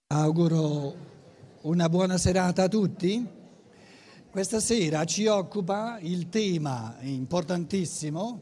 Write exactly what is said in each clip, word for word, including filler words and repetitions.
Auguro una buona serata a tutti. Questa sera ci occupa il tema importantissimo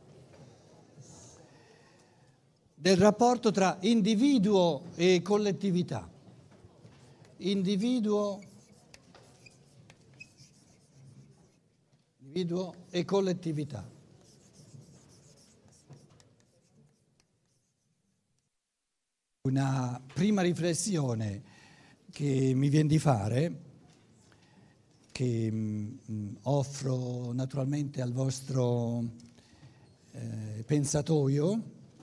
del rapporto tra individuo e collettività. Individuo, individuo e collettività. Una prima riflessione che mi viene di fare, che mh, offro naturalmente al vostro eh, pensatoio,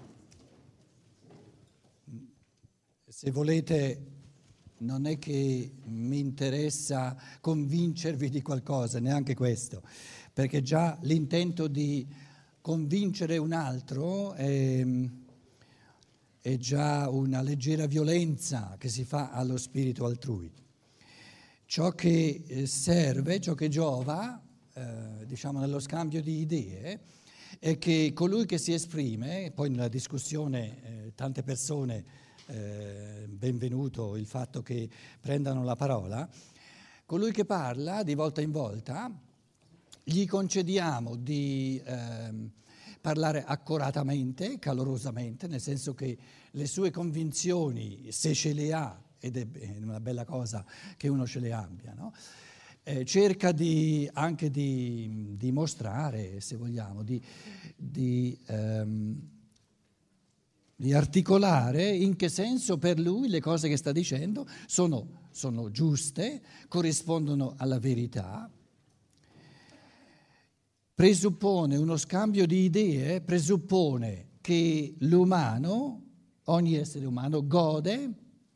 se volete non è che mi interessa convincervi di qualcosa, neanche questo, perché già l'intento di convincere un altro è... è già una leggera violenza che si fa allo spirito altrui. Ciò che serve, ciò che giova, eh, diciamo nello scambio di idee, è che colui che si esprime, poi nella discussione eh, tante persone, eh, benvenuto il fatto che prendano la parola, colui che parla di volta in volta, gli concediamo di... Eh, parlare accuratamente, calorosamente, nel senso che le sue convinzioni, se ce le ha, ed è una bella cosa che uno ce le abbia, no? eh, cerca di, anche di dimostrare, se vogliamo, di, di, ehm, di articolare in che senso per lui le cose che sta dicendo sono, sono giuste, corrispondono alla verità. Presuppone uno scambio di idee, presuppone che l'umano, ogni essere umano, gode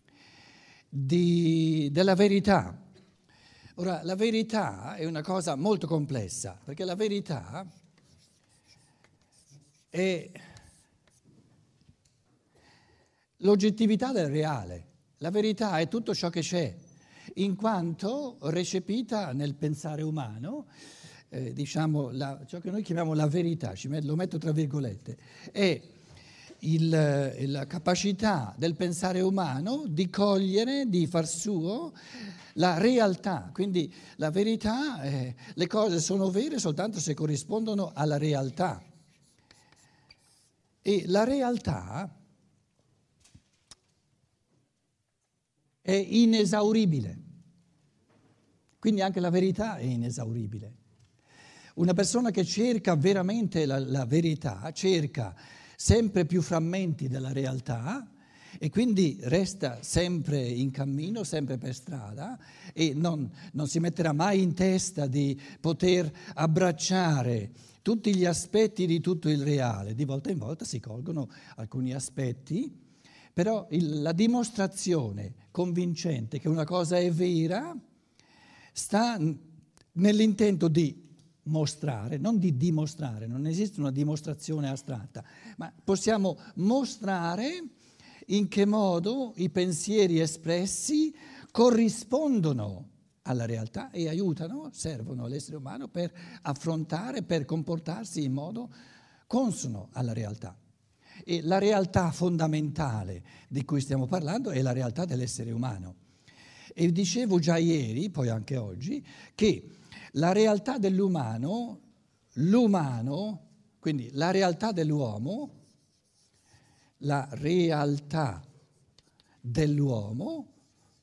di, della verità. Ora, la verità è una cosa molto complessa, perché la verità è l'oggettività del reale. La verità è tutto ciò che c'è, in quanto recepita nel pensare umano. Eh, diciamo, la, ciò che noi chiamiamo la verità, ci met, lo metto tra virgolette, è il, la capacità del pensare umano di cogliere, di far suo la realtà. Quindi la verità, eh, le cose sono vere soltanto se corrispondono alla realtà. E la realtà è inesauribile, quindi anche la verità è inesauribile. Una persona che cerca veramente la, la verità, cerca sempre più frammenti della realtà e quindi resta sempre in cammino, sempre per strada e non, non si metterà mai in testa di poter abbracciare tutti gli aspetti di tutto il reale. Di volta in volta si colgono alcuni aspetti, però il, la dimostrazione convincente che una cosa è vera sta nell'intento di mostrare, non di dimostrare, non esiste una dimostrazione astratta, ma possiamo mostrare in che modo i pensieri espressi corrispondono alla realtà e aiutano, servono all'essere umano per affrontare, per comportarsi in modo consono alla realtà. E la realtà fondamentale di cui stiamo parlando è la realtà dell'essere umano. E dicevo già ieri, poi anche oggi, che la realtà dell'umano, l'umano, quindi la realtà dell'uomo, la realtà dell'uomo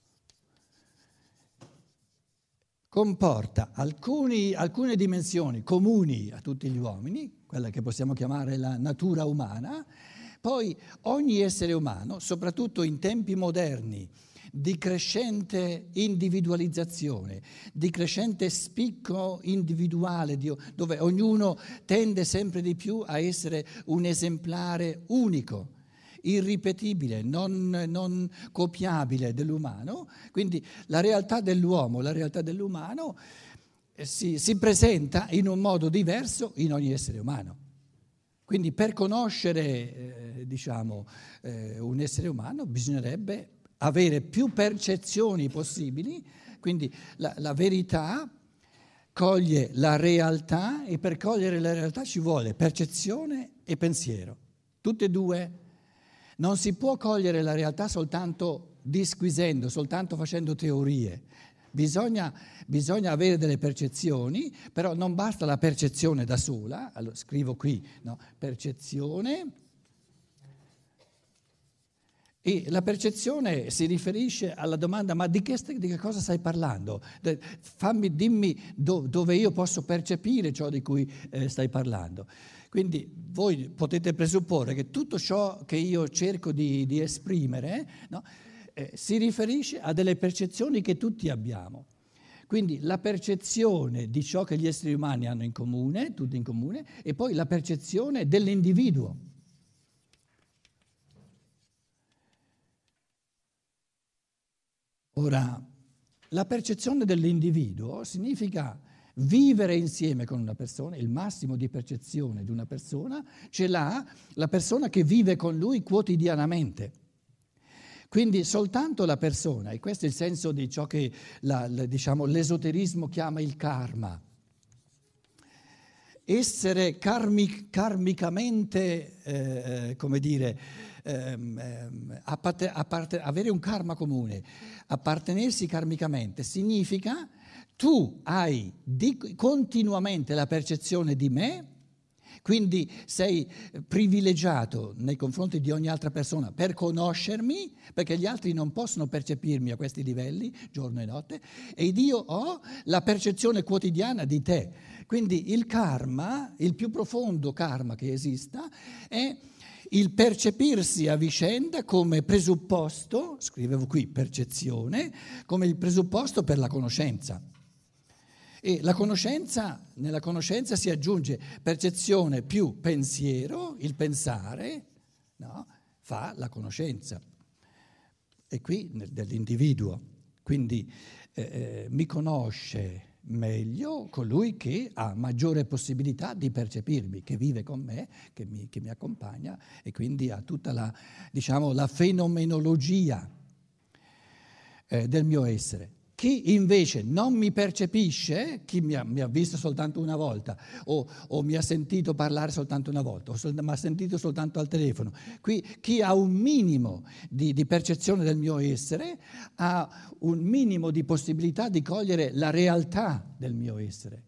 comporta alcuni, alcune dimensioni comuni a tutti gli uomini, quella che possiamo chiamare la natura umana, poi ogni essere umano, soprattutto in tempi moderni, di crescente individualizzazione, di crescente spicco individuale, dove ognuno tende sempre di più a essere un esemplare unico, irripetibile, non, non copiabile dell'umano. Quindi la realtà dell'uomo, la realtà dell'umano si, si presenta in un modo diverso in ogni essere umano. Quindi per conoscere eh, diciamo, eh, un essere umano bisognerebbe avere più percezioni possibili, quindi la, la verità coglie la realtà e per cogliere la realtà ci vuole percezione e pensiero, tutte e due. Non si può cogliere la realtà soltanto disquisendo, soltanto facendo teorie. Bisogna, bisogna avere delle percezioni, però non basta la percezione da sola. Allora, scrivo qui, no? Percezione. E la percezione si riferisce alla domanda: ma di che, di che cosa stai parlando? Fammi, dimmi do, dove io posso percepire ciò di cui eh, stai parlando. Quindi voi potete presupporre che tutto ciò che io cerco di, di esprimere, no, eh, si riferisce a delle percezioni che tutti abbiamo. Quindi la percezione di ciò che gli esseri umani hanno in comune, tutti in comune, e poi la percezione dell'individuo. Ora, la percezione dell'individuo significa vivere insieme con una persona, il massimo di percezione di una persona ce l'ha la persona che vive con lui quotidianamente. Quindi soltanto la persona, e questo è il senso di ciò che la, la, diciamo, l'esoterismo chiama il karma. Essere karmic, karmicamente, eh, come dire, ehm, ehm, apparte, apparte, avere un karma comune, appartenersi karmicamente, significa tu hai di, continuamente la percezione di me, quindi sei privilegiato nei confronti di ogni altra persona per conoscermi, perché gli altri non possono percepirmi a questi livelli, giorno e notte, ed io ho la percezione quotidiana di te. Quindi il karma, il più profondo karma che esista, è il percepirsi a vicenda come presupposto, scrivevo qui percezione, come il presupposto per la conoscenza. E la conoscenza, nella conoscenza si aggiunge percezione più pensiero, il pensare, no, fa la conoscenza. E qui dell'individuo, quindi eh, eh, mi conosce meglio colui che ha maggiore possibilità di percepirmi, che vive con me, che mi, che mi accompagna e quindi ha tutta la, diciamo, la fenomenologia eh, del mio essere. Chi invece non mi percepisce, chi mi ha, mi ha visto soltanto una volta o, o mi ha sentito parlare soltanto una volta o sol, mi ha sentito soltanto al telefono, qui, chi ha un minimo di, di percezione del mio essere ha un minimo di possibilità di cogliere la realtà del mio essere.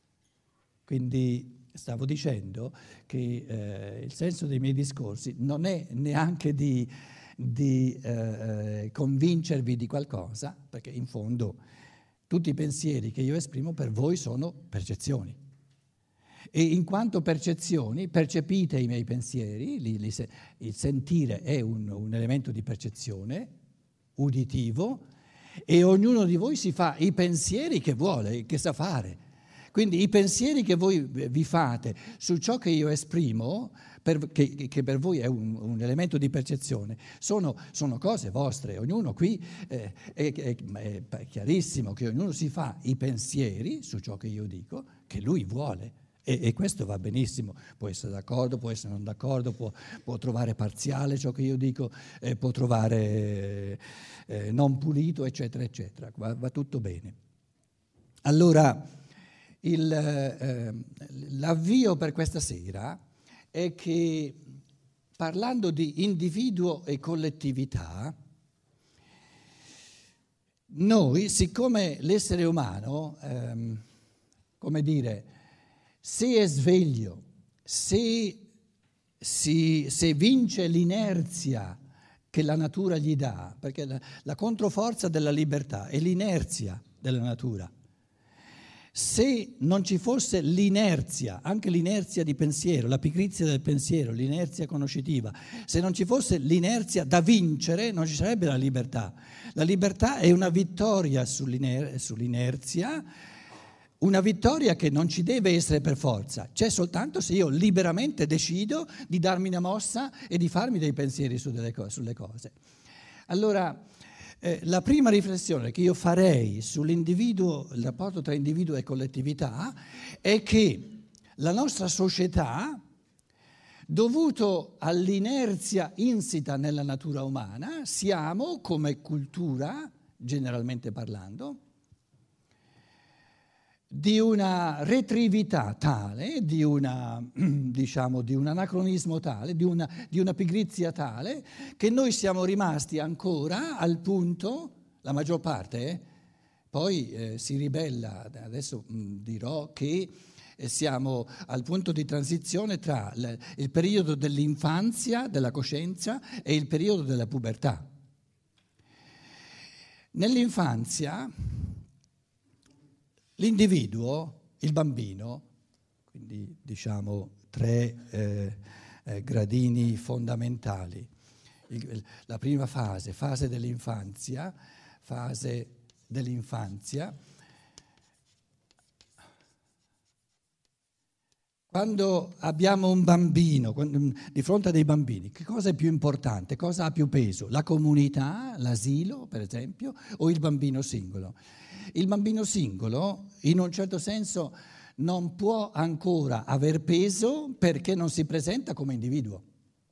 Quindi stavo dicendo che eh, il senso dei miei discorsi non è neanche di... di eh, convincervi di qualcosa, perché in fondo tutti i pensieri che io esprimo per voi sono percezioni. E in quanto percezioni, percepite i miei pensieri, li, li se, il sentire è un, un elemento di percezione uditivo e ognuno di voi si fa i pensieri che vuole, che sa fare. Quindi i pensieri che voi vi fate su ciò che io esprimo, per, che, che per voi è un, un elemento di percezione, sono, sono cose vostre. Ognuno qui eh, è, è, è chiarissimo che ognuno si fa i pensieri su ciò che io dico, che lui vuole. E, e questo va benissimo, può essere d'accordo, può essere non d'accordo, può, può trovare parziale ciò che io dico, eh, può trovare eh, non pulito, eccetera, eccetera. Va, va tutto bene. Allora... Il, eh, l'avvio per questa sera è che, parlando di individuo e collettività, noi, siccome l'essere umano, ehm, come dire, se è sveglio, se, si, se vince l'inerzia che la natura gli dà, perché la, la controforza della libertà è l'inerzia della natura. Se non ci fosse l'inerzia, anche l'inerzia di pensiero, la pigrizia del pensiero, l'inerzia conoscitiva, se non ci fosse l'inerzia da vincere, non ci sarebbe la libertà. La libertà è una vittoria sull'iner- sull'inerzia, una vittoria che non ci deve essere per forza, c'è soltanto se io liberamente decido di darmi una mossa e di farmi dei pensieri su delle co- sulle cose. Allora... Eh, la prima riflessione che io farei sull'individuo, il rapporto tra individuo e collettività, è che la nostra società, dovuto all'inerzia insita nella natura umana, siamo, come cultura, generalmente parlando, di una retrività tale, di, una, diciamo, di un anacronismo tale, di una, di una pigrizia tale, che noi siamo rimasti ancora al punto, la maggior parte, eh, poi eh, si ribella, adesso mh, dirò che eh, siamo al punto di transizione tra l- il periodo dell'infanzia, della coscienza, e il periodo della pubertà. Nell'infanzia l'individuo, il bambino, quindi diciamo tre eh, eh, gradini fondamentali. Il, la prima fase, fase dell'infanzia, fase dell'infanzia. Quando abbiamo un bambino, quando, di fronte a dei bambini, che cosa è più importante? Cosa ha più peso? La comunità, l'asilo, per esempio, o il bambino singolo? Il bambino singolo, in un certo senso, non può ancora aver peso perché non si presenta come individuo.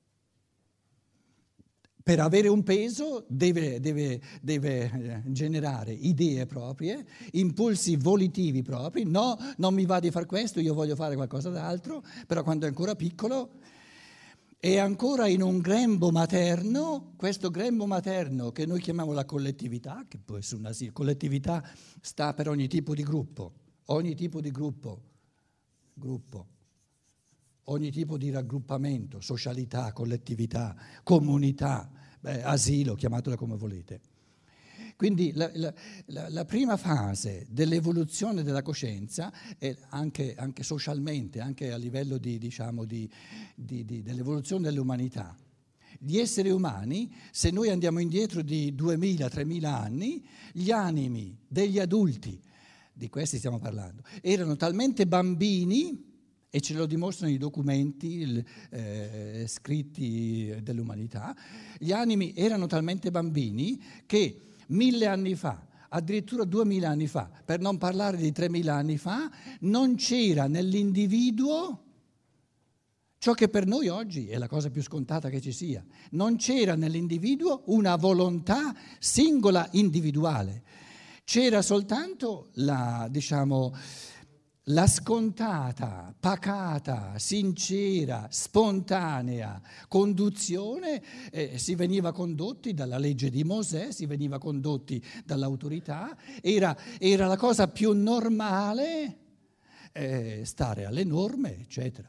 Per avere un peso deve, deve, deve generare idee proprie, impulsi volitivi propri. No, non mi va di fare questo, io voglio fare qualcosa d'altro, però quando è ancora piccolo è ancora in un grembo materno, questo grembo materno che noi chiamiamo la collettività, che può essere una sì, collettività sta per ogni tipo di gruppo, ogni tipo di gruppo, gruppo. Ogni tipo di raggruppamento, socialità, collettività, comunità, beh, asilo, chiamatela come volete. Quindi la, la, la, la prima fase dell'evoluzione della coscienza, è anche, anche socialmente, anche a livello di, diciamo, di, di, di, dell'evoluzione dell'umanità, gli esseri umani, se noi andiamo indietro di duemila tremila anni, gli animi degli adulti, di questi stiamo parlando, erano talmente bambini, e ce lo dimostrano i documenti eh, scritti dell'umanità, gli animi erano talmente bambini che mille anni fa, addirittura duemila anni fa, per non parlare di tremila anni fa, non c'era nell'individuo ciò che per noi oggi è la cosa più scontata che ci sia. Non c'era nell'individuo una volontà singola individuale, c'era soltanto la, diciamo, la scontata, pacata, sincera, spontanea conduzione, eh, si veniva condotti dalla legge di Mosè, si veniva condotti dall'autorità, era, era la cosa più normale eh, stare alle norme, eccetera.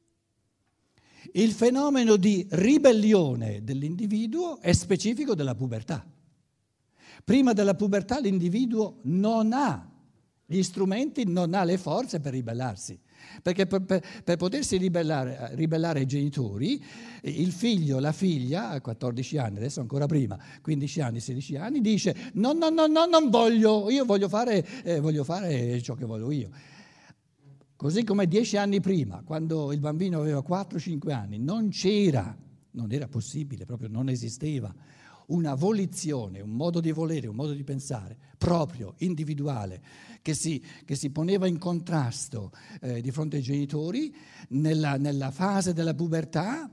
Il fenomeno di ribellione dell'individuo è specifico della pubertà. Prima della pubertà l'individuo non ha gli strumenti, non ha le forze per ribellarsi, perché per, per, per potersi ribellare, ribellare ai genitori, il figlio, la figlia, a quattordici anni, adesso ancora prima, quindici anni, sedici anni, dice no, no, no, no, non voglio, io voglio fare, eh, voglio fare ciò che voglio io. Così come dieci anni prima, quando il bambino aveva quattro cinque anni, non c'era, non era possibile, proprio non esisteva, una volizione, un modo di volere, un modo di pensare proprio, individuale, che si, che si poneva in contrasto eh, di fronte ai genitori nella, nella fase della pubertà.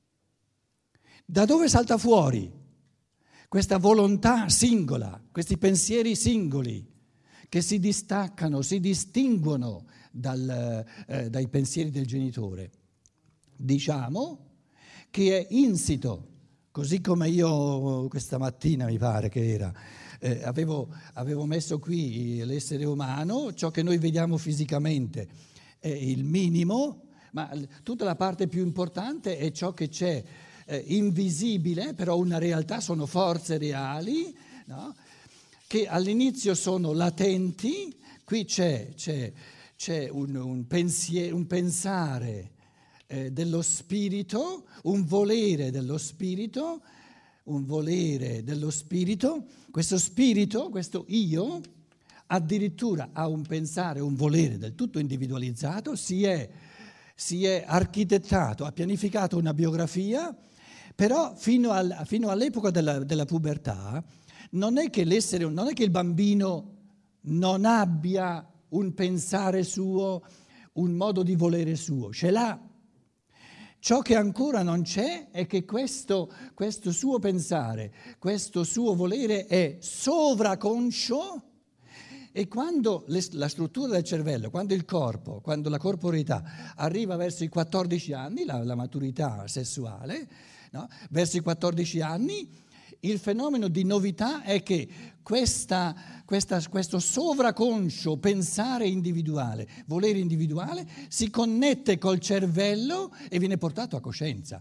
Da dove salta fuori questa volontà singola, questi pensieri singoli che si distaccano, si distinguono dal, eh, dai pensieri del genitore? Diciamo che è insito. Così come io questa mattina, mi pare che era, eh, avevo, avevo messo qui l'essere umano, ciò che noi vediamo fisicamente è il minimo, ma tutta la parte più importante è ciò che c'è eh, invisibile, però una realtà, sono forze reali, no? Che all'inizio sono latenti, qui c'è, c'è, c'è un, un, pensiero, un pensare Eh, dello spirito, un volere dello spirito, un volere dello spirito, questo spirito, questo io, addirittura ha un pensare, un volere del tutto individualizzato, si è, si è architettato, ha pianificato una biografia, però fino, al, fino all'epoca della, della pubertà non è che l'essere, non è che il bambino non abbia un pensare suo, un modo di volere suo, ce l'ha. Ciò che ancora non c'è è che questo, questo suo pensare, questo suo volere è sovraconscio E quando le, la struttura del cervello, quando il corpo, quando la corporeità arriva verso i quattordici anni, la, la maturità sessuale, no? Verso i quattordici anni, il fenomeno di novità è che questa, questa, questo sovraconscio pensare individuale, volere individuale, si connette col cervello e viene portato a coscienza.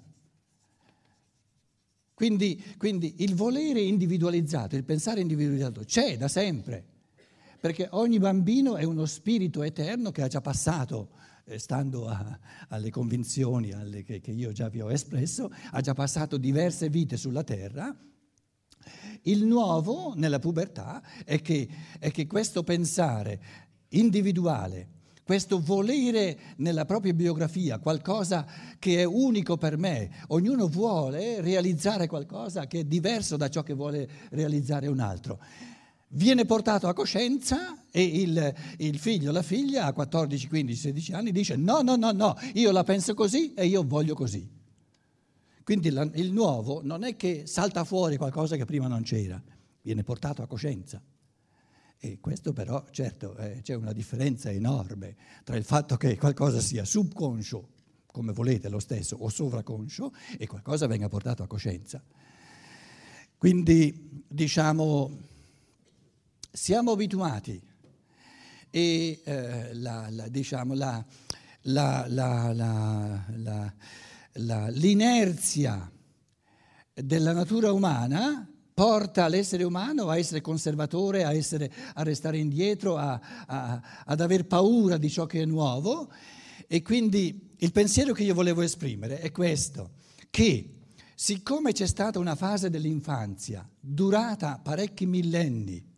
Quindi, quindi il volere individualizzato, il pensare individualizzato c'è da sempre. Perché ogni bambino è uno spirito eterno che ha già passato, eh, stando a, alle convinzioni alle, che, che io già vi ho espresso, ha già passato diverse vite sulla terra. Il nuovo nella pubertà è che, è che questo pensare individuale, questo volere nella propria biografia, qualcosa che è unico per me, ognuno vuole realizzare qualcosa che è diverso da ciò che vuole realizzare un altro. Viene portato a coscienza e il, il figlio o la figlia a quattordici, quindici, sedici anni dice no, no, no, no, io la penso così e io voglio così. Quindi la, il nuovo non è che salta fuori qualcosa che prima non c'era, viene portato a coscienza. E questo però, certo, eh, c'è una differenza enorme tra il fatto che qualcosa sia subconscio, come volete lo stesso, o sovraconscio, e qualcosa venga portato a coscienza. Quindi, diciamo... Siamo abituati e eh, la, la, diciamo, la, la, la, l'inerzia della natura umana porta l'essere umano a essere conservatore, a, essere, a restare indietro, a, a, ad aver paura di ciò che è nuovo. E quindi il pensiero che io volevo esprimere è questo, che siccome c'è stata una fase dell'infanzia durata parecchi millenni,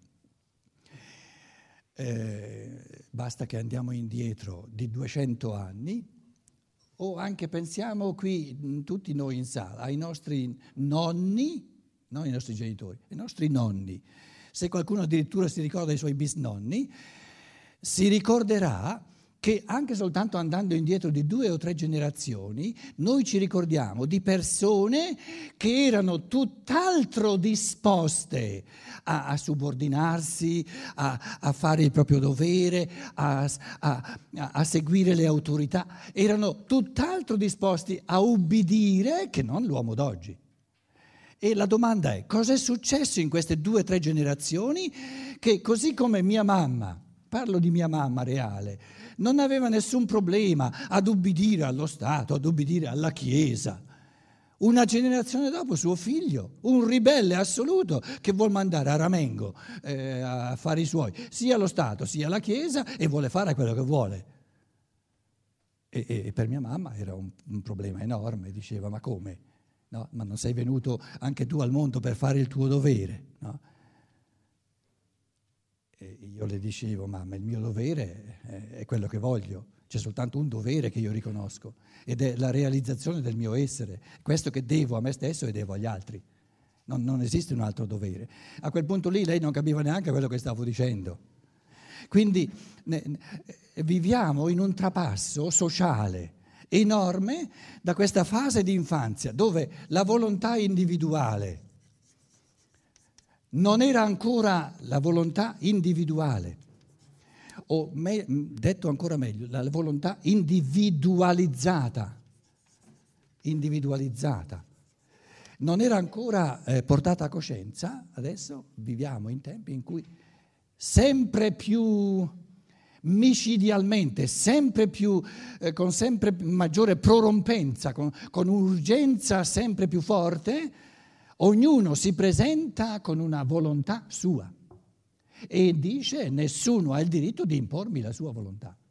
Eh, basta che andiamo indietro di duecento anni, o anche pensiamo qui, tutti noi in sala, ai nostri nonni, non ai nostri genitori, ai nostri nonni. Se qualcuno addirittura si ricorda dei suoi bisnonni, si ricorderà che anche soltanto andando indietro di due o tre generazioni, noi ci ricordiamo di persone che erano tutt'altro disposte a, a subordinarsi, a, a fare il proprio dovere, a, a, a seguire le autorità, erano tutt'altro disposti a ubbidire che non l'uomo d'oggi. E la domanda è, cosa è successo in queste due o tre generazioni che così come mia mamma, parlo di mia mamma reale, non aveva nessun problema ad ubbidire allo Stato, ad ubbidire alla Chiesa. Una generazione dopo suo figlio, un ribelle assoluto che vuol mandare a ramengo eh, a fare i suoi, sia lo Stato sia la Chiesa, e vuole fare quello che vuole. E, e per mia mamma era un, un problema enorme, diceva ma come? No, ma non sei venuto anche tu al mondo per fare il tuo dovere, no? E io le dicevo, mamma, il mio dovere è quello che voglio, c'è soltanto un dovere che io riconosco ed è la realizzazione del mio essere, questo che devo a me stesso e devo agli altri, non, non esiste un altro dovere. A quel punto lì lei non capiva neanche quello che stavo dicendo. Quindi ne, viviamo in un trapasso sociale enorme da questa fase di infanzia dove la volontà individuale non era ancora la volontà individuale, o me, detto ancora meglio, la volontà individualizzata, individualizzata. Non era ancora eh, portata a coscienza. Adesso viviamo in tempi in cui sempre più micidialmente, sempre più, eh, con sempre maggiore prorompenza, con, con un'urgenza sempre più forte, ognuno si presenta con una volontà sua e dice nessuno ha il diritto di impormi la sua volontà.